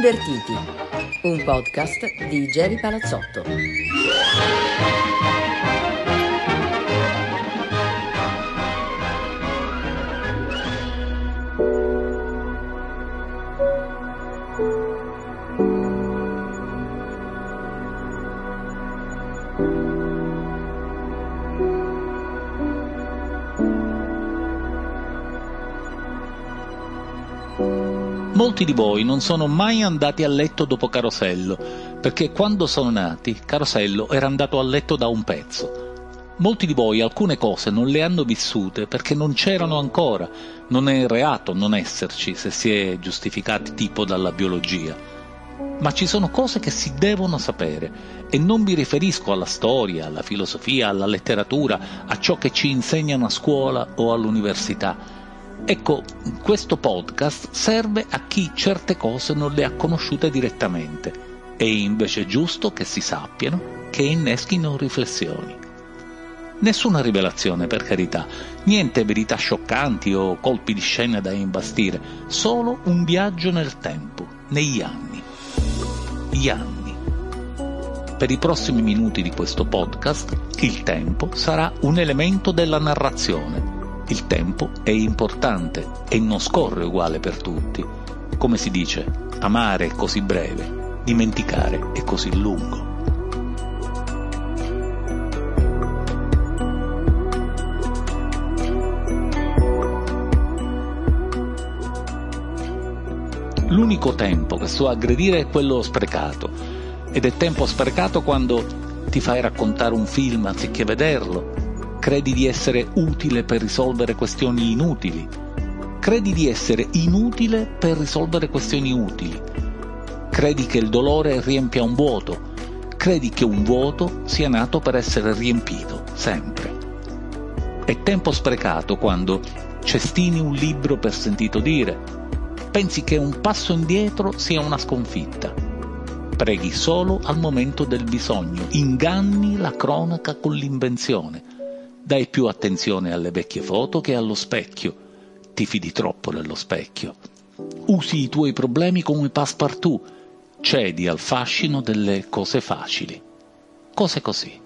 Divertiti, un podcast di Geri Palazzotto. Molti di voi non sono mai andati a letto dopo Carosello, perché quando sono nati Carosello era andato a letto da un pezzo. Molti di voi alcune cose non le hanno vissute perché non c'erano ancora, non è reato non esserci se si è giustificati tipo dalla biologia. Ma ci sono cose che si devono sapere, e non mi riferisco alla storia, alla filosofia, alla letteratura, a ciò che ci insegnano a scuola o all'università. Ecco, questo podcast serve a chi certe cose non le ha conosciute direttamente. È invece giusto che si sappiano, che inneschino riflessioni. Nessuna rivelazione, per carità, niente verità scioccanti o colpi di scena da imbastire, solo un viaggio nel tempo, negli anni. Gli anni. Per i prossimi minuti di questo podcast, il tempo sarà un elemento della narrazione. Il tempo è importante e non scorre uguale per tutti. Come si dice, amare è così breve, dimenticare è così lungo. L'unico tempo che so aggredire è quello sprecato, ed è tempo sprecato quando ti fai raccontare un film anziché vederlo. Credi di essere utile per risolvere questioni inutili. Credi di essere inutile per risolvere questioni utili. Credi che il dolore riempia un vuoto. Credi che un vuoto sia nato per essere riempito, sempre. È tempo sprecato quando cestini un libro per sentito dire. Pensi che un passo indietro sia una sconfitta. Preghi solo al momento del bisogno. Inganni la cronaca con l'invenzione. Dai più attenzione alle vecchie foto che allo specchio. Ti fidi troppo dello specchio. Usi i tuoi problemi come passepartout. Cedi al fascino delle cose facili. Cose così.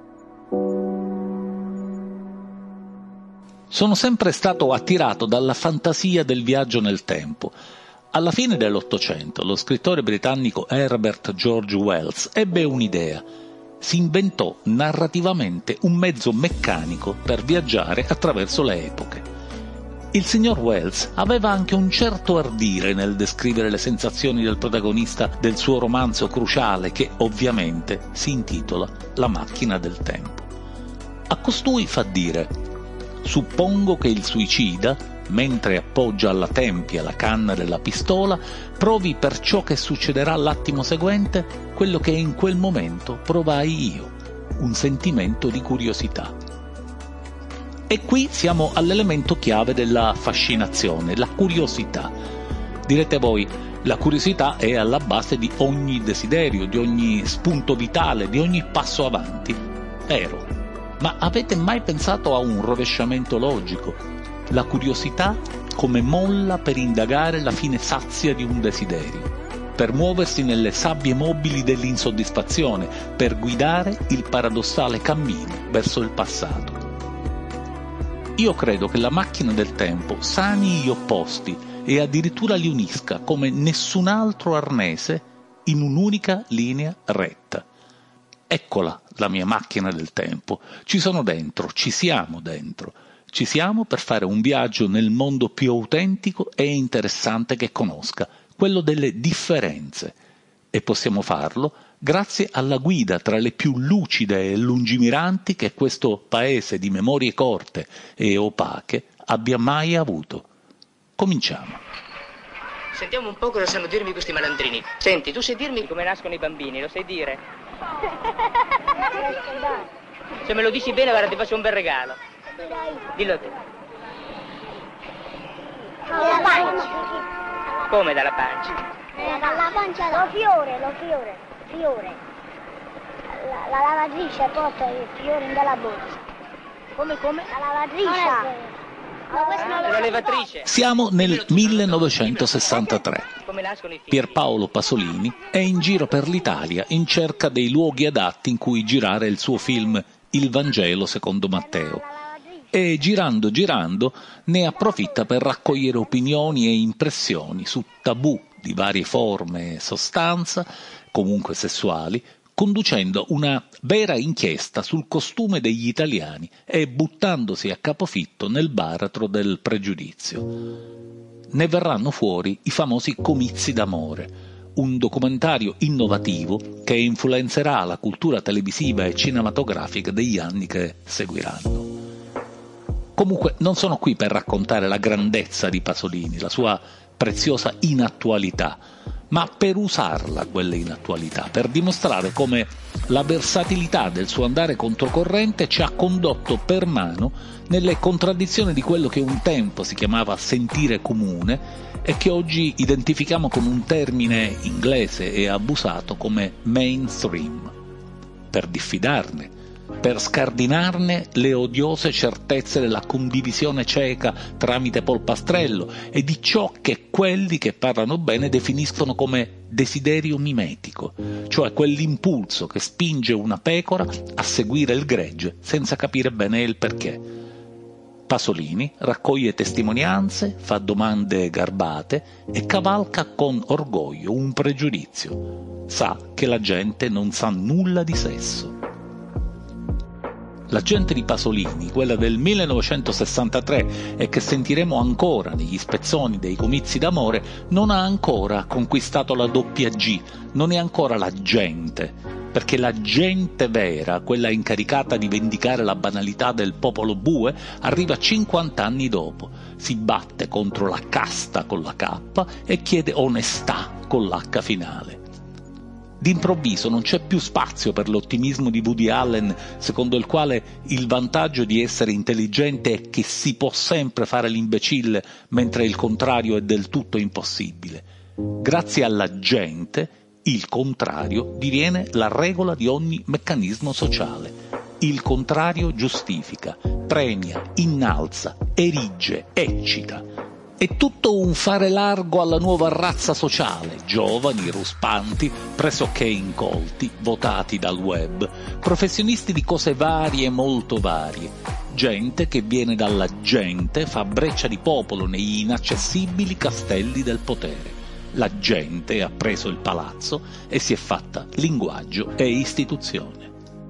Sono sempre stato attirato dalla fantasia del viaggio nel tempo. Alla fine dell'Ottocento, lo scrittore britannico Herbert George Wells ebbe un'idea. Si inventò narrativamente un mezzo meccanico per viaggiare attraverso le epoche. Il signor Wells aveva anche un certo ardire nel descrivere le sensazioni del protagonista del suo romanzo cruciale che, ovviamente, si intitola La macchina del tempo. A costui fa dire: suppongo che il suicida, mentre appoggia alla tempia la canna della pistola, provi per ciò che succederà l'attimo seguente quello che in quel momento provai io, un sentimento di curiosità. E qui siamo all'elemento chiave della fascinazione, la curiosità. Direte voi, la curiosità è alla base di ogni desiderio, di ogni spunto vitale, di ogni passo avanti. Vero. Ma avete mai pensato a un rovesciamento logico? La curiosità come molla per indagare la fine sazia di un desiderio, per muoversi nelle sabbie mobili dell'insoddisfazione, per guidare il paradossale cammino verso il passato. Io credo che la macchina del tempo sani gli opposti e addirittura li unisca come nessun altro arnese in un'unica linea retta. Eccola la mia macchina del tempo. Ci sono dentro, ci siamo dentro. Ci siamo per fare un viaggio nel mondo più autentico e interessante che conosca, quello delle differenze. E possiamo farlo grazie alla guida tra le più lucide e lungimiranti che questo paese di memorie corte e opache abbia mai avuto. Cominciamo. Sentiamo un po' cosa sanno dirmi questi malandrini. Senti, tu sai dirmi come nascono i bambini, lo sai dire? Se me lo dici bene, guarda, ti faccio un bel regalo. Dillo te. Dalla pancia. Come dalla pancia? Dalla pancia, lo fiore. La lavatrice porta il fiore nella borsa. Come? La lavatrice. La levatrice. Siamo nel 1963. Come nascono i figli? Pierpaolo Pasolini è in giro per l'Italia in cerca dei luoghi adatti in cui girare il suo film Il Vangelo secondo Matteo. E girando ne approfitta per raccogliere opinioni e impressioni su tabù di varie forme e sostanza, comunque sessuali, conducendo una vera inchiesta sul costume degli italiani e buttandosi a capofitto nel baratro del pregiudizio. Ne verranno fuori i famosi Comizi d'amore, un documentario innovativo che influenzerà la cultura televisiva e cinematografica degli anni che seguiranno. Comunque non sono qui per raccontare la grandezza di Pasolini, la sua preziosa inattualità, ma per usarla quella inattualità, per dimostrare come la versatilità del suo andare controcorrente ci ha condotto per mano nelle contraddizioni di quello che un tempo si chiamava sentire comune e che oggi identifichiamo con un termine inglese e abusato come mainstream, per diffidarne, per scardinarne le odiose certezze della condivisione cieca tramite polpastrello e di ciò che quelli che parlano bene definiscono come desiderio mimetico, cioè quell'impulso che spinge una pecora a seguire il gregge senza capire bene il perché. Pasolini raccoglie testimonianze, fa domande garbate e cavalca con orgoglio un pregiudizio. Sa che la gente non sa nulla di sesso. La gente di Pasolini, quella del 1963 e che sentiremo ancora negli spezzoni dei Comizi d'amore, non ha ancora conquistato la doppia G, non è ancora la gente, perché la gente vera, quella incaricata di vendicare la banalità del popolo bue, arriva 50 anni dopo, si batte contro la casta con la K e chiede onestà con l'H finale. D'improvviso non c'è più spazio per l'ottimismo di Woody Allen, secondo il quale il vantaggio di essere intelligente è che si può sempre fare l'imbecille, mentre il contrario è del tutto impossibile. Grazie alla gente, il contrario diviene la regola di ogni meccanismo sociale. Il contrario giustifica, premia, innalza, erige, eccita. È tutto un fare largo alla nuova razza sociale, giovani, ruspanti, pressoché incolti, votati dal web, professionisti di cose varie, molto varie, gente che viene dalla gente, fa breccia di popolo negli inaccessibili castelli del potere. La gente ha preso il palazzo e si è fatta linguaggio e istituzione.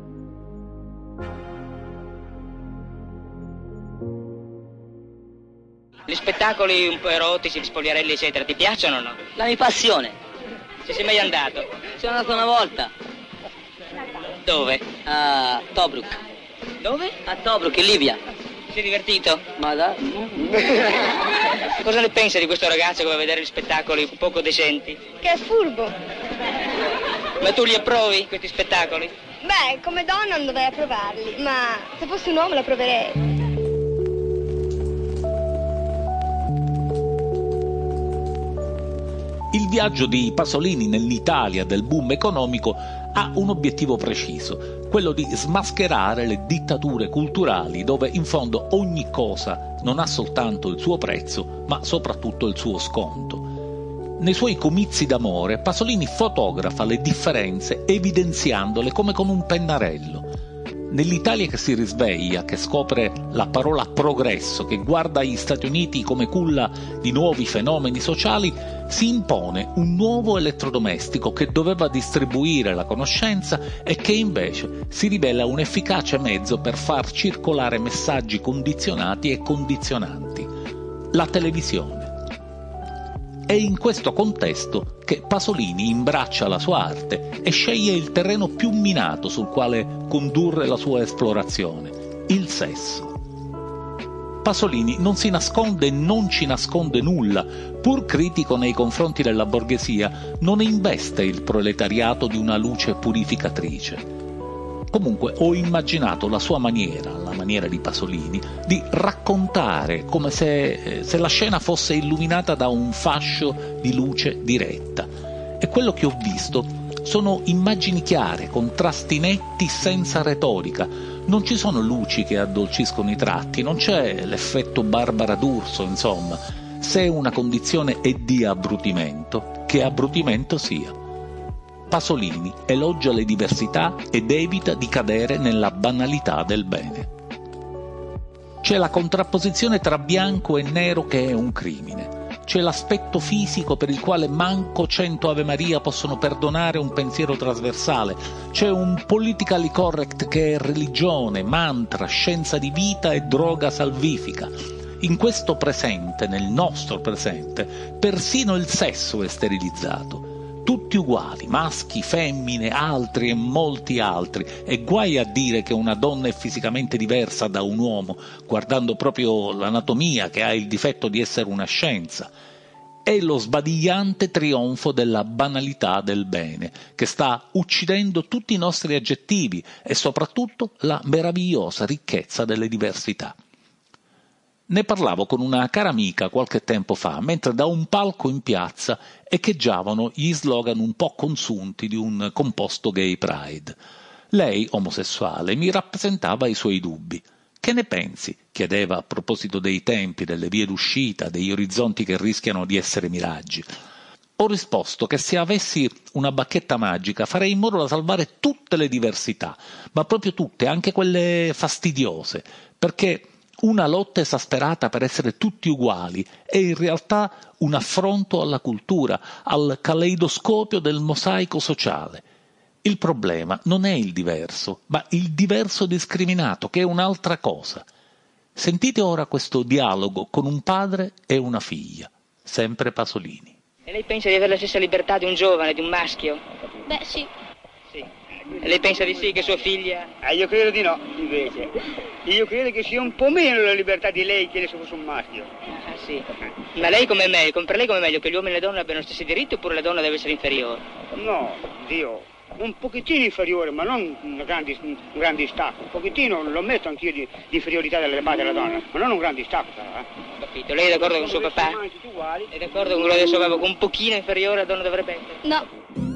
Gli spettacoli un po' erotici, spogliarelli eccetera, ti piacciono o no? La mia passione. Ci sei mai andato? Sono andato una volta Dove? a Tobruk. Dove? A Tobruk, in Libia. Ti sei divertito? Ma da... Cosa ne pensa di questo ragazzo che va a vedere gli spettacoli poco decenti? Che è furbo. Ma tu li approvi, questi spettacoli? Beh, come donna non dovrei approvarli, ma se fossi un uomo lo approverei. Il viaggio di Pasolini nell'Italia del boom economico ha un obiettivo preciso, quello di smascherare le dittature culturali dove in fondo ogni cosa non ha soltanto il suo prezzo, ma soprattutto il suo sconto. Nei suoi Comizi d'amore Pasolini fotografa le differenze evidenziandole come con un pennarello. Nell'Italia che si risveglia, che scopre la parola progresso, che guarda gli Stati Uniti come culla di nuovi fenomeni sociali, si impone un nuovo elettrodomestico che doveva distribuire la conoscenza e che invece si rivela un efficace mezzo per far circolare messaggi condizionati e condizionanti: la televisione. È in questo contesto che Pasolini imbraccia la sua arte e sceglie il terreno più minato sul quale condurre la sua esplorazione: il sesso. Pasolini non si nasconde e non ci nasconde nulla, pur critico nei confronti della borghesia, non investe il proletariato di una luce purificatrice. Comunque ho immaginato la sua maniera, la maniera di Pasolini, di raccontare come se la scena fosse illuminata da un fascio di luce diretta. E quello che ho visto Sono immagini chiare, contrasti netti senza retorica. Non ci sono luci che addolciscono i tratti, non c'è l'effetto Barbara D'Urso, insomma. Se una condizione è di abbrutimento, che abbrutimento sia. Pasolini elogia le diversità ed evita di cadere nella banalità del bene. C'è la contrapposizione tra bianco e nero che è un crimine. C'è l'aspetto fisico per il quale manco 100 Ave Maria possono perdonare un pensiero trasversale. C'è un politically correct che è religione, mantra, scienza di vita e droga salvifica. In questo presente, nel nostro presente, persino il sesso è sterilizzato. Tutti uguali, maschi, femmine, altri e molti altri, e guai a dire che una donna è fisicamente diversa da un uomo, guardando proprio l'anatomia che ha il difetto di essere una scienza. È lo sbadigliante trionfo della banalità del bene, che sta uccidendo tutti i nostri aggettivi e soprattutto la meravigliosa ricchezza delle diversità. Ne parlavo con una cara amica qualche tempo fa, mentre da un palco in piazza echeggiavano gli slogan un po' consunti di un composto gay pride. Lei, omosessuale, mi rappresentava i suoi dubbi. «Che ne pensi?» chiedeva a proposito dei tempi, delle vie d'uscita, degli orizzonti che rischiano di essere miraggi. Ho risposto che se avessi una bacchetta magica farei in modo da salvare tutte le diversità, ma proprio tutte, anche quelle fastidiose, perché una lotta esasperata per essere tutti uguali è in realtà un affronto alla cultura, al caleidoscopio del mosaico sociale. Il problema non è il diverso, ma il diverso discriminato, che è un'altra cosa. Sentite ora questo dialogo con un padre e una figlia, sempre Pasolini. E lei pensa di avere la stessa libertà di un giovane, di un maschio? Beh, sì. Sì. E lei pensa di sì, che sua figlia? Io credo di no, invece. Io credo che sia un po' meno la libertà di lei che ne se fosse un maschio. Ah, sì. Ma lei come meglio, per lei come meglio che gli uomini e le donne abbiano gli stessi diritti, oppure la donna deve essere inferiore? No, Dio, un pochettino inferiore, ma non un gran distacco. Un pochettino lo metto anch'io di inferiorità delle madri della donna, ma non un gran distacco, Capito? Lei è d'accordo con suo papà? È d'accordo con quello del suo papà, con un pochino inferiore la donna dovrebbe essere? No.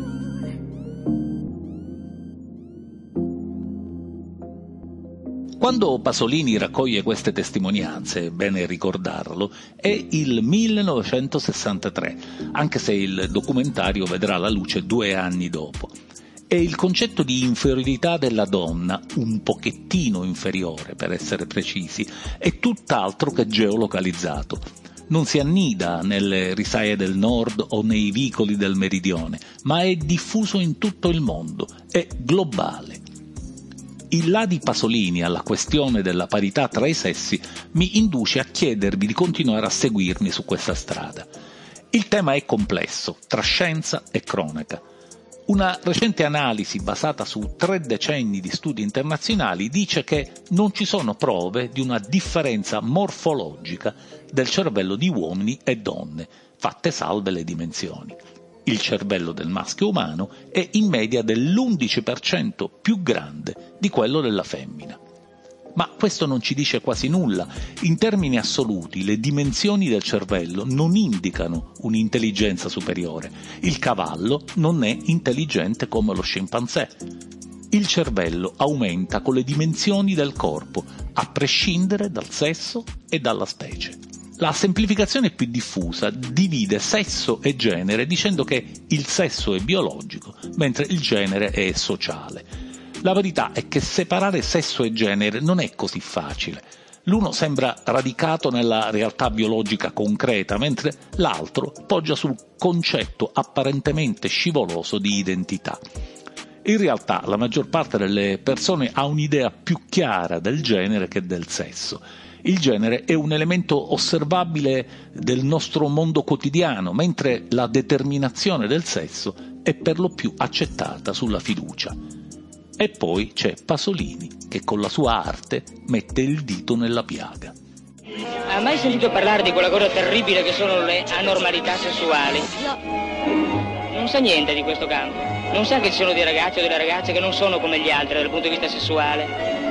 Quando Pasolini raccoglie queste testimonianze, è bene ricordarlo, è il 1963, anche se il documentario vedrà la luce 2 anni dopo. E il concetto di inferiorità della donna, un pochettino inferiore per essere precisi, è tutt'altro che geolocalizzato. Non si annida nelle risaie del nord o nei vicoli del meridione, ma è diffuso in tutto il mondo, è globale. Il là di Pasolini alla questione della parità tra i sessi mi induce a chiedervi di continuare a seguirmi su questa strada. Il tema è complesso, tra scienza e cronaca. Una recente analisi basata su 3 decenni di studi internazionali dice che non ci sono prove di una differenza morfologica del cervello di uomini e donne, fatte salve le dimensioni. Il cervello del maschio umano è in media dell'11% più grande di quello della femmina. Ma questo non ci dice quasi nulla. In termini assoluti, le dimensioni del cervello non indicano un'intelligenza superiore. Il cavallo non è intelligente come lo scimpanzé. Il cervello aumenta con le dimensioni del corpo, a prescindere dal sesso e dalla specie. La semplificazione più diffusa divide sesso e genere dicendo che il sesso è biologico, mentre il genere è sociale. La verità è che separare sesso e genere non è così facile. L'uno sembra radicato nella realtà biologica concreta, mentre l'altro poggia sul concetto apparentemente scivoloso di identità. In realtà la maggior parte delle persone ha un'idea più chiara del genere che del sesso. Il genere è un elemento osservabile del nostro mondo quotidiano, mentre la determinazione del sesso è per lo più accettata sulla fiducia. E poi c'è Pasolini, che con la sua arte mette il dito nella piaga. Ha mai sentito parlare di quella cosa terribile che sono le anormalità sessuali? No. Non sa niente di questo campo. Non sa che ci sono dei ragazzi o delle ragazze che non sono come gli altri dal punto di vista sessuale.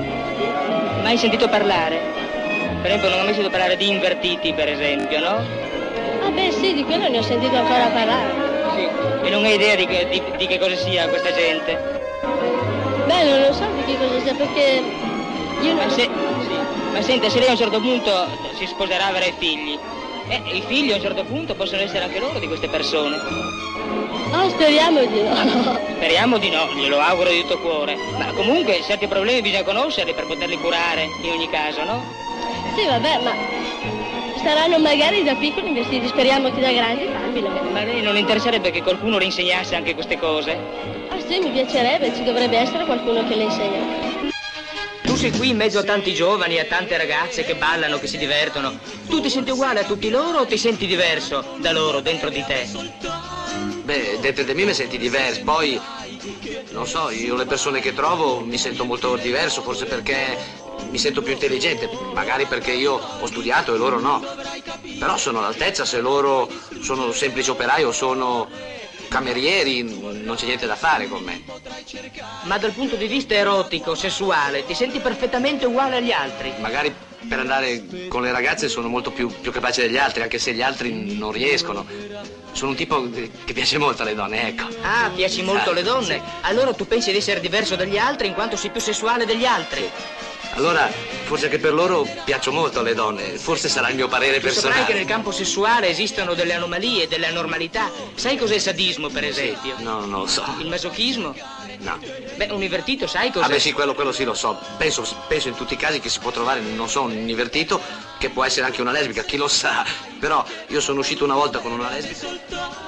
Mai sentito parlare? Per esempio non ho mai sentito parlare di invertiti, per esempio, no? Ah beh sì, di quello ne ho sentito ancora parlare. Sì. e non hai idea di che cosa sia questa gente. Beh, non lo so di che cosa sia, perché io non... Ma senta, se lei a un certo punto si sposerà, avrà i figli, i figli a un certo punto possono essere anche loro di queste persone. Oh, speriamo di no. Speriamo di no, glielo auguro di tutto cuore. Ma comunque certi problemi bisogna conoscerli per poterli curare in ogni caso, no? Sì, vabbè, ma saranno magari da piccoli investiti, speriamo che da grandi cambino. Ma a lei non interesserebbe che qualcuno le insegnasse anche queste cose? Ah sì, mi piacerebbe, ci dovrebbe essere qualcuno che le insegna. Tu sei qui in mezzo a tanti giovani, a tante ragazze che ballano, che si divertono. Tu ti senti uguale a tutti loro o ti senti diverso da loro, dentro di te? Beh, dentro di me mi senti diverso, poi, non so, io le persone che trovo mi sento molto diverso, forse perché mi sento più intelligente, magari perché io ho studiato e loro no. Però sono all'altezza, se loro sono semplici operai o sono camerieri, non c'è niente da fare con me. Ma dal punto di vista erotico, sessuale, ti senti perfettamente uguale agli altri? Magari per andare con le ragazze sono molto più capace degli altri, anche se gli altri non riescono. Sono un tipo che piace molto alle donne, ecco. Ah, piaci molto alle donne? Sì. Allora tu pensi di essere diverso dagli altri in quanto sei più sessuale degli altri? Allora, forse anche per loro piaccio molto alle donne, forse sarà il mio parere personale. Saprai che nel campo sessuale esistono delle anomalie, delle anormalità. Sai cos'è il sadismo, per esempio? Sì, no, non lo so. Il masochismo? No. Beh, un invertito, sai cos'è? Ah beh sì, quello sì lo so. Penso in tutti i casi che si può trovare, non so, un invertito, che può essere anche una lesbica, chi lo sa. Però io sono uscito una volta con una lesbica.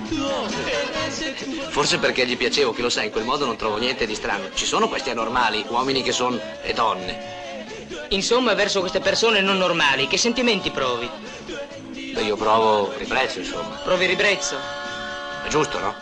Forse perché gli piacevo, chi lo sa, in quel modo non trovo niente di strano. Ci sono questi anormali, uomini che sono e donne. Insomma, verso queste persone non normali, che sentimenti provi? Beh, io provo ribrezzo, insomma. Provi ribrezzo? È giusto, no?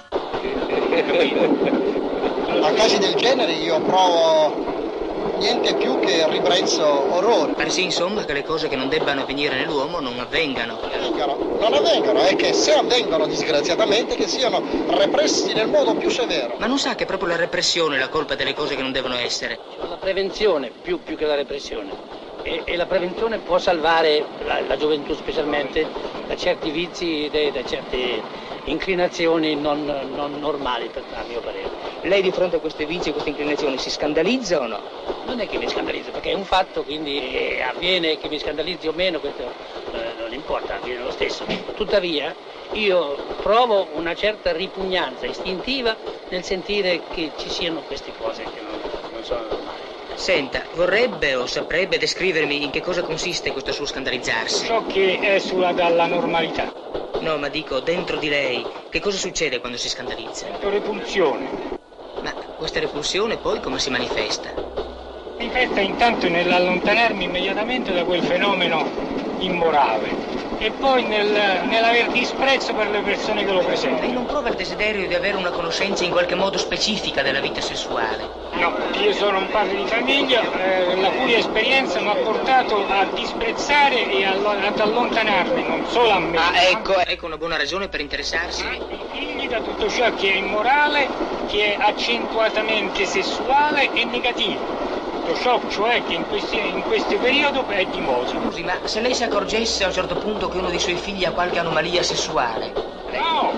A casi del genere io provo niente più che ribrezzo, orrore. Pare sì, insomma, che le cose che non debbano avvenire nell'uomo non avvengano. Non avvengono, è che se avvengono disgraziatamente che siano repressi nel modo più severo. Ma non sa che è proprio la repressione la colpa delle cose che non devono essere? La prevenzione più che la repressione. E la prevenzione può salvare la gioventù specialmente da certi vizi, da certe inclinazioni non normali, a mio parere. Lei di fronte a questi vizi e queste inclinazioni si scandalizza o no? Non è che mi scandalizza, perché è un fatto, quindi avviene che mi scandalizzi o meno, questo non importa, avviene lo stesso. Tuttavia io provo una certa ripugnanza istintiva nel sentire che ci siano queste cose che non sono normali. Senta, vorrebbe o saprebbe descrivermi in che cosa consiste questo suo scandalizzarsi? Ciò che esula dalla normalità. No, ma dico, dentro di lei, che cosa succede quando si scandalizza? Repulsione. Ma questa repulsione poi come si manifesta? Manifesta intanto nell'allontanarmi immediatamente da quel fenomeno immorale e poi nell'aver disprezzo per le persone che lo presentano. Lei non prova il desiderio di avere una conoscenza in qualche modo specifica della vita sessuale? No, io sono un padre di famiglia, la cui esperienza mi ha portato a disprezzare e ad allontanarmi, non solo a me. Ah, ecco una buona ragione per interessarsi. I figli da tutto ciò che è immorale, che è accentuatamente sessuale e negativo. Tutto ciò, cioè, che in questo periodo è di moda. Scusi, ma se lei si accorgesse a un certo punto che uno dei suoi figli ha qualche anomalia sessuale? No,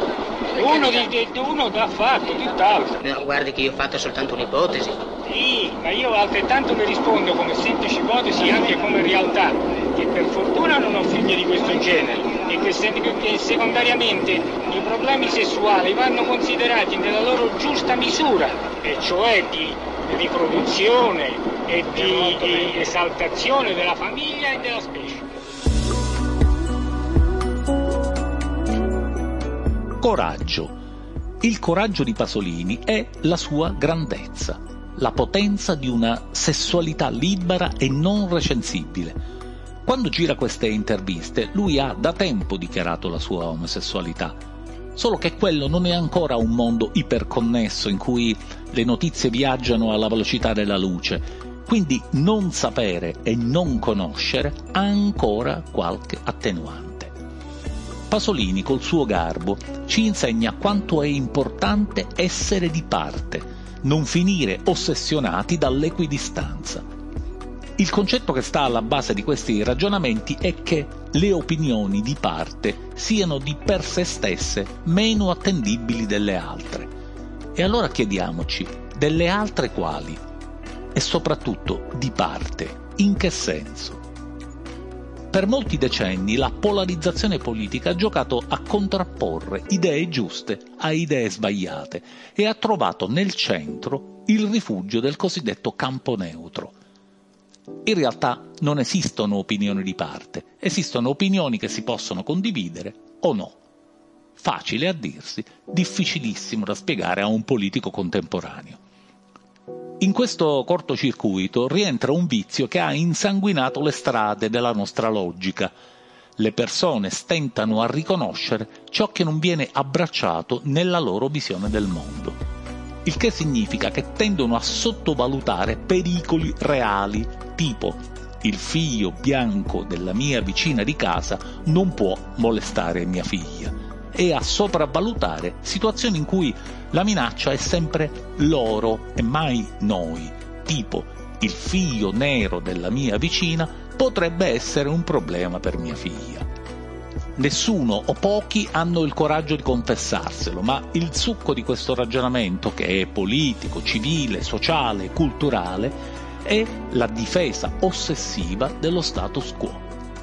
uno l'ha fatto, tutt'altro. No, guardi che io ho fatto soltanto un'ipotesi. Sì, ma io altrettanto le rispondo come semplice ipotesi anche come realtà, che per fortuna non ho figli di questo genere e che secondariamente i problemi sessuali vanno considerati nella loro giusta misura, e cioè di riproduzione e di esaltazione della famiglia e della specie. Coraggio. Il coraggio di Pasolini è la sua grandezza, la potenza di una sessualità libera e non recensibile. Quando gira queste interviste, lui ha da tempo dichiarato la sua omosessualità, solo che quello non è ancora un mondo iperconnesso in cui le notizie viaggiano alla velocità della luce, quindi non sapere e non conoscere ha ancora qualche attenuante. Pasolini, col suo garbo, ci insegna quanto è importante essere di parte, non finire ossessionati dall'equidistanza. Il concetto che sta alla base di questi ragionamenti è che le opinioni di parte siano di per sé stesse meno attendibili delle altre. E allora chiediamoci, delle altre quali? E soprattutto di parte, in che senso? Per molti decenni la polarizzazione politica ha giocato a contrapporre idee giuste a idee sbagliate e ha trovato nel centro il rifugio del cosiddetto campo neutro. In realtà non esistono opinioni di parte, esistono opinioni che si possono condividere o no. Facile a dirsi, difficilissimo da spiegare a un politico contemporaneo. In questo cortocircuito rientra un vizio che ha insanguinato le strade della nostra logica. Le persone stentano a riconoscere ciò che non viene abbracciato nella loro visione del mondo. Il che significa che tendono a sottovalutare pericoli reali, tipo il figlio bianco della mia vicina di casa non può molestare mia figlia, e a sopravvalutare situazioni in cui la minaccia è sempre loro e mai noi, tipo il figlio nero della mia vicina potrebbe essere un problema per mia figlia. Nessuno o pochi hanno il coraggio di confessarselo, ma il succo di questo ragionamento, che è politico, civile, sociale, culturale, è la difesa ossessiva dello status quo.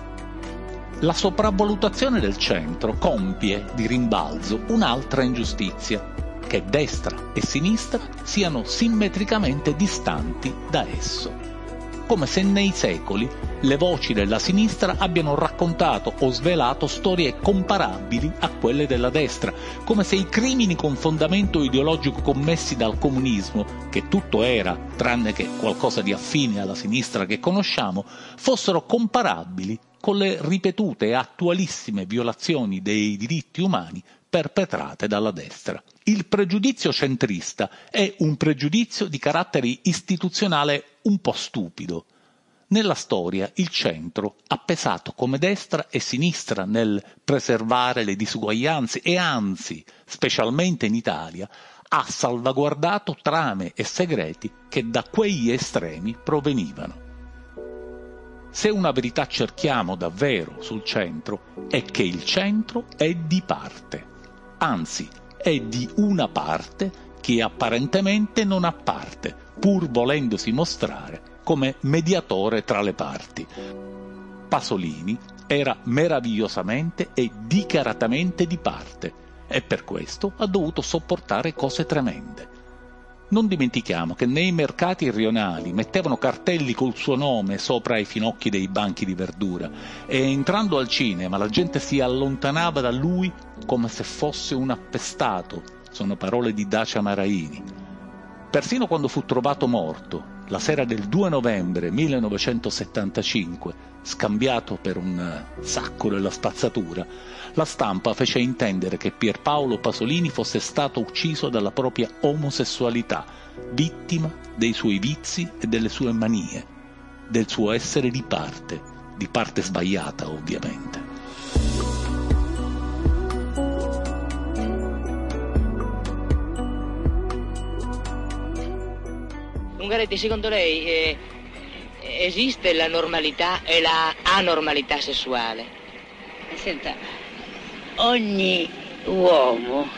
La sopravvalutazione del centro compie di rimbalzo un'altra ingiustizia, che destra e sinistra siano simmetricamente distanti da esso. Come se nei secoli le voci della sinistra abbiano raccontato o svelato storie comparabili a quelle della destra, come se i crimini con fondamento ideologico commessi dal comunismo, che tutto era tranne che qualcosa di affine alla sinistra che conosciamo, fossero comparabili con le ripetute e attualissime violazioni dei diritti umani perpetrate dalla destra. Il pregiudizio centrista è un pregiudizio di carattere istituzionale un po' stupido. Nella storia il centro ha pesato come destra e sinistra nel preservare le disuguaglianze e anzi, specialmente in Italia, ha salvaguardato trame e segreti che da quegli estremi provenivano. Se una verità cerchiamo davvero sul centro è che il centro è di parte, anzi è di una parte che apparentemente non ha parte, pur volendosi mostrare come mediatore tra le parti. Pasolini era meravigliosamente e dichiaratamente di parte e per questo ha dovuto sopportare cose tremende. Non dimentichiamo che nei mercati rionali mettevano cartelli col suo nome sopra i finocchi dei banchi di verdura e entrando al cinema la gente si allontanava da lui come se fosse un appestato, sono parole di Dacia Maraini. Persino quando fu trovato morto, la sera del 2 novembre 1975, scambiato per un sacco della spazzatura, la stampa fece intendere che Pierpaolo Pasolini fosse stato ucciso dalla propria omosessualità, vittima dei suoi vizi e delle sue manie, del suo essere di parte sbagliata ovviamente. Ungaretti, secondo lei esiste la normalità e la anormalità sessuale? Senta, ogni uomo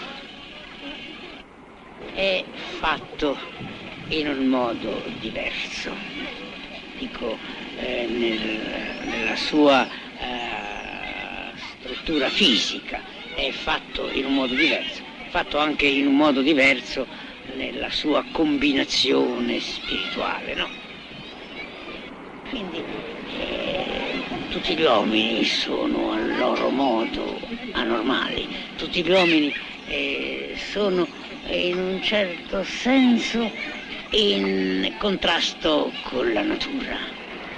è fatto in un modo diverso, dico nella sua struttura fisica è fatto in un modo diverso, fatto anche in un modo diverso nella sua combinazione spirituale, no? Quindi tutti gli uomini sono a loro modo anormali, tutti gli uomini sono in un certo senso in contrasto con la natura.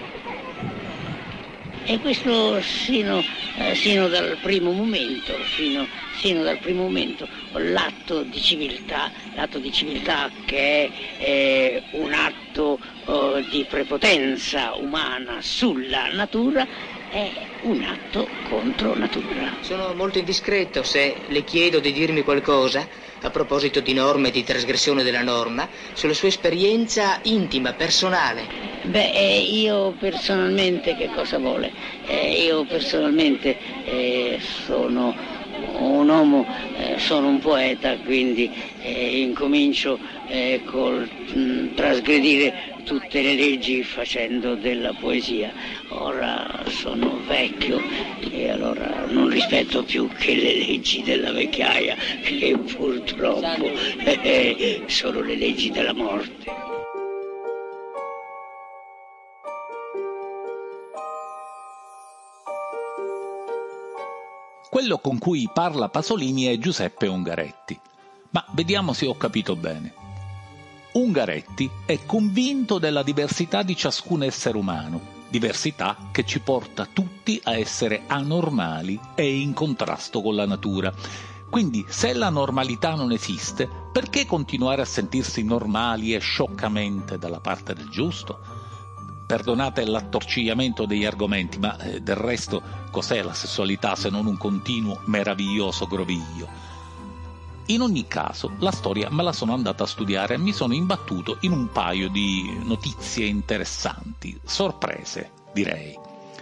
E questo sino dal primo momento, sino dal primo momento, l'atto di civiltà che è un atto di prepotenza umana sulla natura, è un atto contro natura. Sono molto indiscreto se le chiedo di dirmi qualcosa. a proposito di norme e di trasgressione della norma, sulla sua esperienza intima, personale. Io personalmente, che cosa vuole? Io personalmente sono un uomo, sono un poeta, quindi incomincio col trasgredire tutte le leggi facendo della poesia. Ora sono vecchio e allora non rispetto più che le leggi della vecchiaia, che purtroppo sono le leggi della morte. Quello con cui parla Pasolini è Giuseppe Ungaretti. Ma vediamo se ho capito bene. Ungaretti è convinto della diversità di ciascun essere umano, diversità che ci porta tutti a essere anormali e in contrasto con la natura. Quindi, se la normalità non esiste, perché continuare a sentirsi normali e scioccamente dalla parte del giusto? Perdonate l'attorcigliamento degli argomenti, ma del resto cos'è la sessualità se non un continuo meraviglioso groviglio? In ogni caso, la storia me la sono andata a studiare e mi sono imbattuto in un paio di notizie interessanti, sorprese, direi.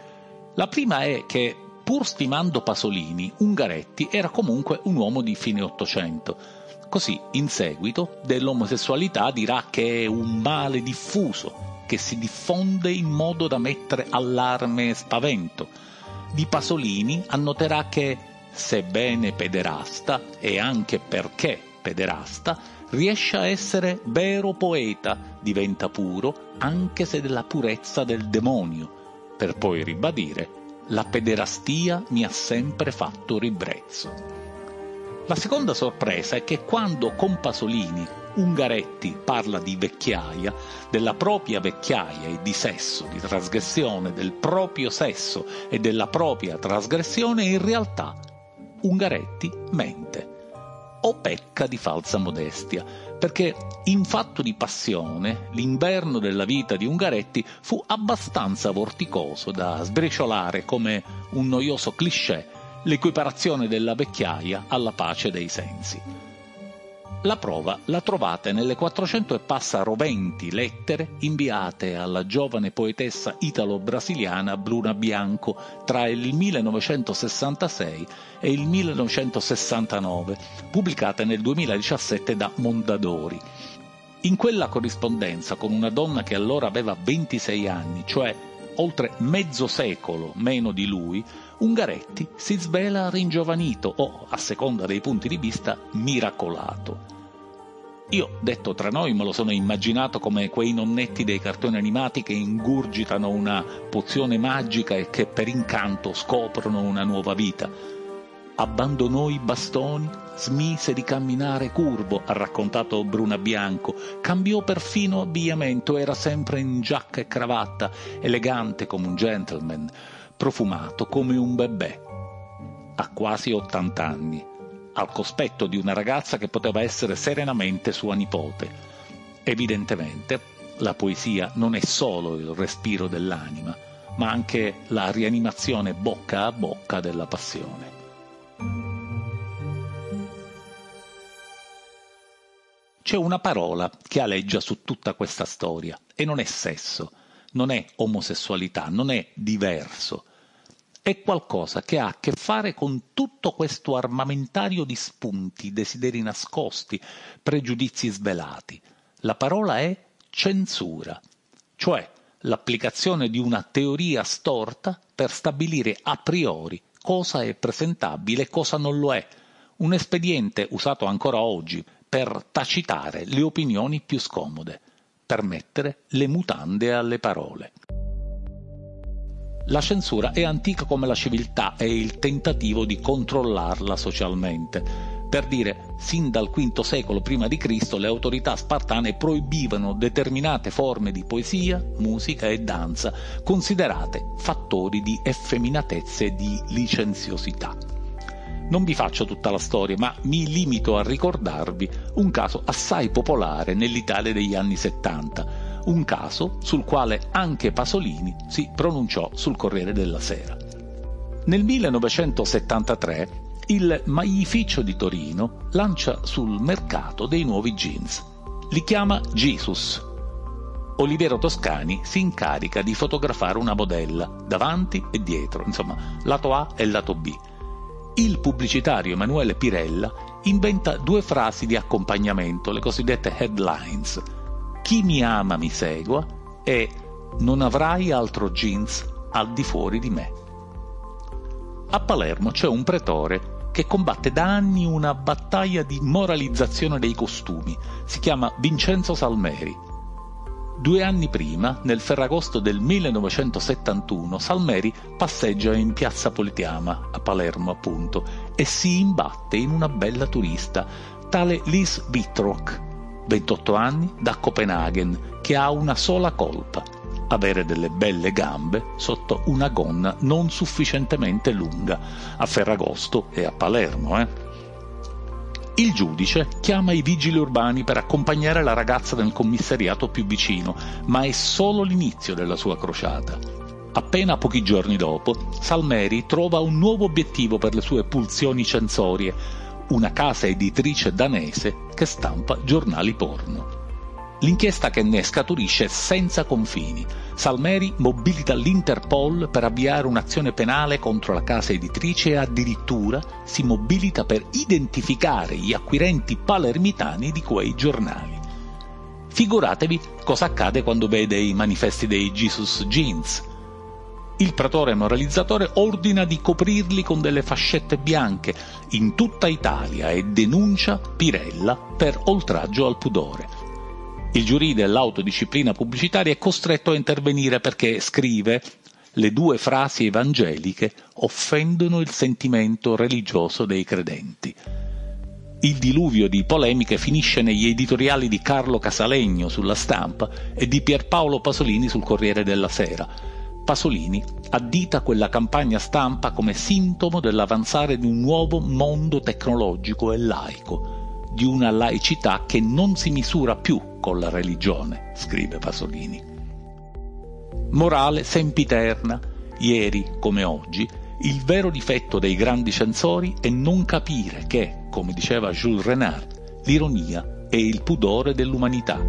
La prima è che, pur stimando Pasolini, Ungaretti era comunque un uomo di fine Ottocento. Così, in seguito, dell'omosessualità dirà che è un male diffuso, che si diffonde in modo da mettere allarme e spavento. Di Pasolini annoterà che, sebbene pederasta, e anche perché pederasta, riesce a essere vero poeta, diventa puro, anche se della purezza del demonio, per poi ribadire: la pederastia mi ha sempre fatto ribrezzo. La seconda sorpresa è che quando con Pasolini Ungaretti parla di vecchiaia, della propria vecchiaia e di sesso, di trasgressione del proprio sesso e della propria trasgressione, in realtà Ungaretti mente o pecca di falsa modestia, perché in Fatto di passione l'inverno della vita di Ungaretti fu abbastanza vorticoso da sbriciolare come un noioso cliché l'equiparazione della vecchiaia alla pace dei sensi. La prova la trovate nelle 400 e passa roventi lettere inviate alla giovane poetessa italo-brasiliana Bruna Bianco tra il 1966 e il 1969, pubblicate nel 2017 da Mondadori. In quella corrispondenza con una donna che allora aveva 26 anni, cioè oltre mezzo secolo meno di lui, Ungaretti si svela ringiovanito o, a seconda dei punti di vista, miracolato. Io, detto tra noi, me lo sono immaginato come quei nonnetti dei cartoni animati che ingurgitano una pozione magica e che per incanto scoprono una nuova vita. Abbandonò i bastoni, smise di camminare curvo, ha raccontato Bruna Bianco, cambiò perfino abbigliamento, era sempre in giacca e cravatta, elegante come un gentleman, profumato come un bebè. Ha quasi 80 anni, al cospetto di una ragazza che poteva essere serenamente sua nipote. Evidentemente la poesia non è solo il respiro dell'anima, ma anche la rianimazione bocca a bocca della passione. C'è una parola che aleggia su tutta questa storia, e non è sesso, non è omosessualità, non è diverso. È qualcosa che ha a che fare con tutto questo armamentario di spunti, desideri nascosti, pregiudizi svelati. La parola è censura, cioè l'applicazione di una teoria storta per stabilire a priori cosa è presentabile e cosa non lo è. Un espediente usato ancora oggi per tacitare le opinioni più scomode, per mettere le mutande alle parole. La censura è antica come la civiltà e il tentativo di controllarla socialmente. Per dire, sin dal V secolo prima di Cristo le autorità spartane proibivano determinate forme di poesia, musica e danza, considerate fattori di effeminatezza e di licenziosità. Non vi faccio tutta la storia, ma mi limito a ricordarvi un caso assai popolare nell'Italia degli anni 70, un caso sul quale anche Pasolini si pronunciò sul Corriere della Sera. Nel 1973 il Maglificio di Torino lancia sul mercato dei nuovi jeans. Li chiama Jesus. Oliviero Toscani si incarica di fotografare una modella, davanti e dietro, insomma, lato A e lato B. Il pubblicitario Emanuele Pirella inventa 2 frasi di accompagnamento, le cosiddette headlines. Chi mi ama mi segua e non avrai altro jeans al di fuori di me. A Palermo c'è un pretore che combatte da anni una battaglia di moralizzazione dei costumi. Si chiama Vincenzo Salmeri. 2 anni prima, nel Ferragosto del 1971, Salmeri passeggia in Piazza Politeama, a Palermo appunto, e si imbatte in una bella turista, tale Lis Wittrock, 28 anni, da Copenaghen, che ha una sola colpa: avere delle belle gambe sotto una gonna non sufficientemente lunga, a Ferragosto e a Palermo, Il giudice chiama i vigili urbani per accompagnare la ragazza nel commissariato più vicino, ma è solo l'inizio della sua crociata. Appena pochi giorni dopo, Salmeri trova un nuovo obiettivo per le sue pulsioni censorie: una casa editrice danese che stampa giornali porno. L'inchiesta che ne scaturisce senza confini. Salmeri mobilita l'Interpol per avviare un'azione penale contro la casa editrice e addirittura si mobilita per identificare gli acquirenti palermitani di quei giornali. Figuratevi cosa accade quando vede i manifesti dei Jesus Jeans. Il pretore moralizzatore ordina di coprirli con delle fascette bianche in tutta Italia e denuncia Pirella per oltraggio al pudore. Il giurì dell'autodisciplina pubblicitaria è costretto a intervenire perché, scrive, le 2 frasi evangeliche offendono il sentimento religioso dei credenti. Il diluvio di polemiche finisce negli editoriali di Carlo Casalegno sulla Stampa e di Pierpaolo Pasolini sul Corriere della Sera. Pasolini addita quella campagna stampa come sintomo dell'avanzare di un nuovo mondo tecnologico e laico, di una laicità che non si misura più con la religione, scrive Pasolini. Morale sempiterna: ieri come oggi, il vero difetto dei grandi censori è non capire che, come diceva Jules Renard, l'ironia è il pudore dell'umanità.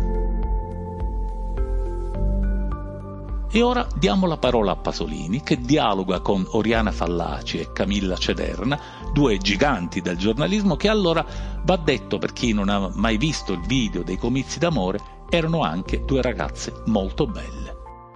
E ora diamo la parola a Pasolini, che dialoga con Oriana Fallaci e Camilla Cederna, 2 giganti del giornalismo che, allora, va detto per chi non ha mai visto il video dei comizi d'amore, erano anche 2 ragazze molto belle.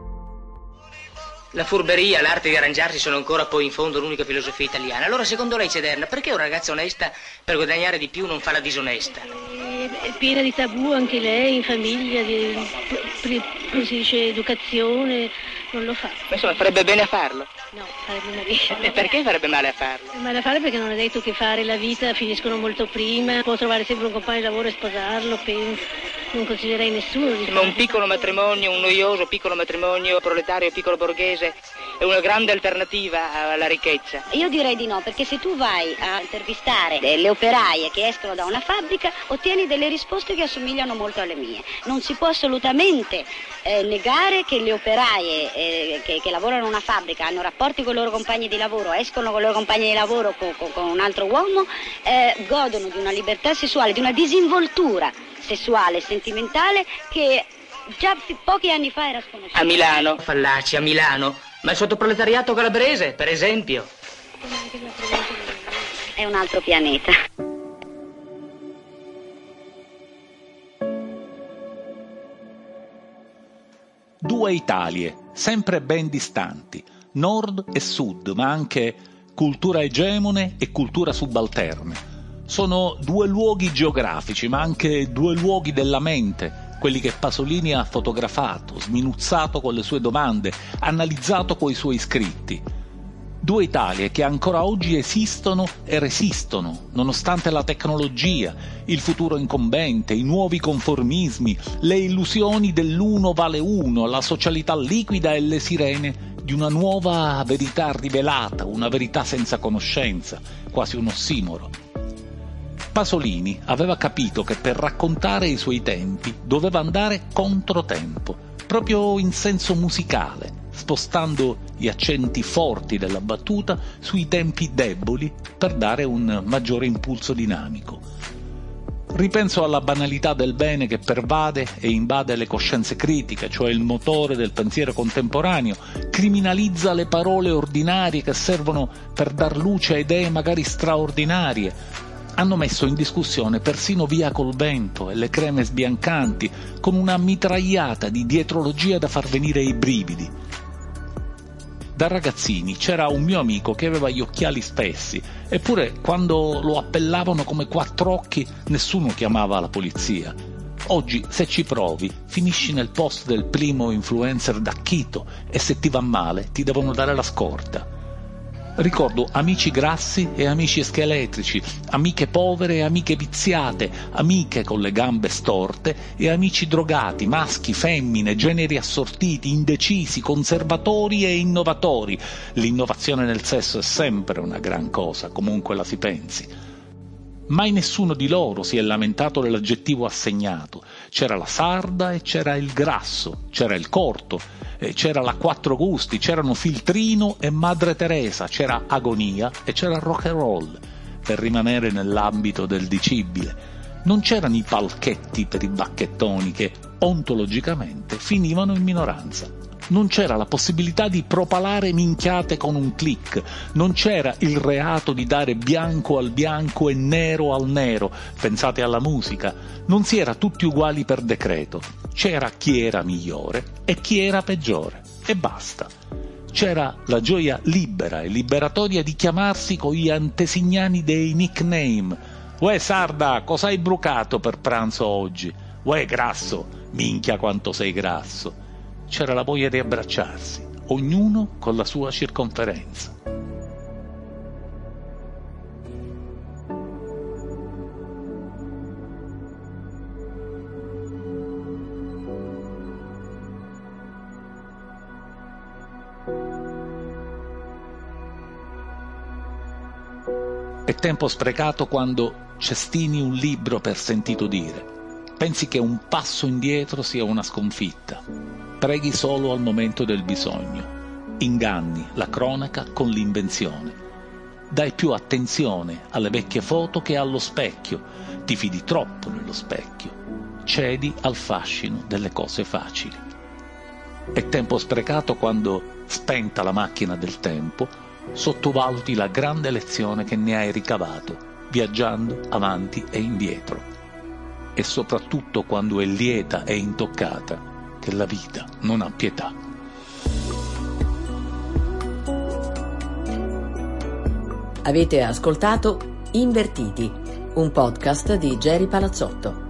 La furberia, l'arte di arrangiarsi sono ancora poi in fondo l'unica filosofia italiana. Allora, secondo lei, Cederna, perché una ragazza onesta per guadagnare di più non fa la disonesta? È piena di tabù anche lei, in famiglia, come si dice, educazione, non lo fa. Ma insomma, farebbe bene a farlo? No, farebbe male. E perché farebbe male a farlo? Farebbe male a farlo perché non è detto che fare la vita finiscono molto prima, può trovare sempre un compagno di lavoro e sposarlo, non consiglierei nessuno di Ma un piccolo matrimonio, un noioso piccolo matrimonio proletario, piccolo borghese, è una grande alternativa alla ricchezza. Io direi di no, perché se tu vai a intervistare le operaie che escono da una fabbrica, ottieni delle risposte che assomigliano molto alle mie. Non si può assolutamente negare che le operaie che lavorano in una fabbrica hanno rapporti con i loro compagni di lavoro, escono con i loro compagni di lavoro con un altro uomo, godono di una libertà sessuale, di una disinvoltura sessuale e sentimentale che già pochi anni fa era sconosciuta. A Milano, Fallaci, a Milano, ma il sottoproletariato calabrese, per esempio. È un altro pianeta. Due Italie, sempre ben distanti, nord e sud, ma anche cultura egemone e cultura subalterne. Sono 2 luoghi geografici, ma anche 2 luoghi della mente, quelli che Pasolini ha fotografato, sminuzzato con le sue domande, analizzato coi suoi scritti. 2 Italie che ancora oggi esistono e resistono, nonostante la tecnologia, il futuro incombente, i nuovi conformismi, le illusioni dell'uno vale uno, la socialità liquida e le sirene di una nuova verità rivelata, una verità senza conoscenza, quasi un ossimoro. Pasolini aveva capito che per raccontare i suoi tempi doveva andare controtempo, proprio in senso musicale, spostando gli accenti forti della battuta sui tempi deboli per dare un maggiore impulso dinamico. Ripenso alla banalità del bene che pervade e invade le coscienze critiche, cioè il motore del pensiero contemporaneo, criminalizza le parole ordinarie che servono per dar luce a idee magari straordinarie. Hanno messo in discussione persino Via col vento e le creme sbiancanti, con una mitragliata di dietrologia da far venire i brividi. Da ragazzini c'era un mio amico che aveva gli occhiali spessi, eppure quando lo appellavano come Quattrocchi nessuno chiamava la polizia. Oggi, se ci provi, finisci nel post del primo influencer da Quito e se ti va male ti devono dare la scorta. Ricordo amici grassi e amici scheletrici, amiche povere e amiche viziate, amiche con le gambe storte e amici drogati, maschi, femmine, generi assortiti, indecisi, conservatori e innovatori. L'innovazione nel sesso è sempre una gran cosa, comunque la si pensi. Mai nessuno di loro si è lamentato dell'aggettivo assegnato. C'era la sarda e c'era il grasso, c'era il corto, c'era la Quattro Gusti, c'erano Filtrino e Madre Teresa, c'era agonia e c'era rock and roll, per rimanere nell'ambito del dicibile. Non c'erano i palchetti per i bacchettoni che, ontologicamente, finivano in minoranza. Non c'era la possibilità di propalare minchiate con un click, non c'era il reato di dare bianco al bianco e nero al nero, pensate alla musica, non si era tutti uguali per decreto, c'era chi era migliore e chi era peggiore, e basta. C'era la gioia libera e liberatoria di chiamarsi con gli antesignani dei nickname. Uè sarda, cosa hai brucato per pranzo oggi? Uè grasso, minchia quanto sei grasso. C'era la voglia di abbracciarsi, ognuno con la sua circonferenza. È tempo sprecato quando cestini un libro per sentito dire. Pensi che un passo indietro sia una sconfitta. Preghi solo al momento del bisogno. Inganni la cronaca con l'invenzione. Dai più attenzione alle vecchie foto che allo specchio. Ti fidi troppo nello specchio. Cedi al fascino delle cose facili. È tempo sprecato quando, spenta la macchina del tempo, sottovaluti la grande lezione che ne hai ricavato, viaggiando avanti e indietro. E soprattutto quando è lieta e intoccata, che la vita non ha pietà. Avete ascoltato Invertiti, un podcast di Geri Palazzotto.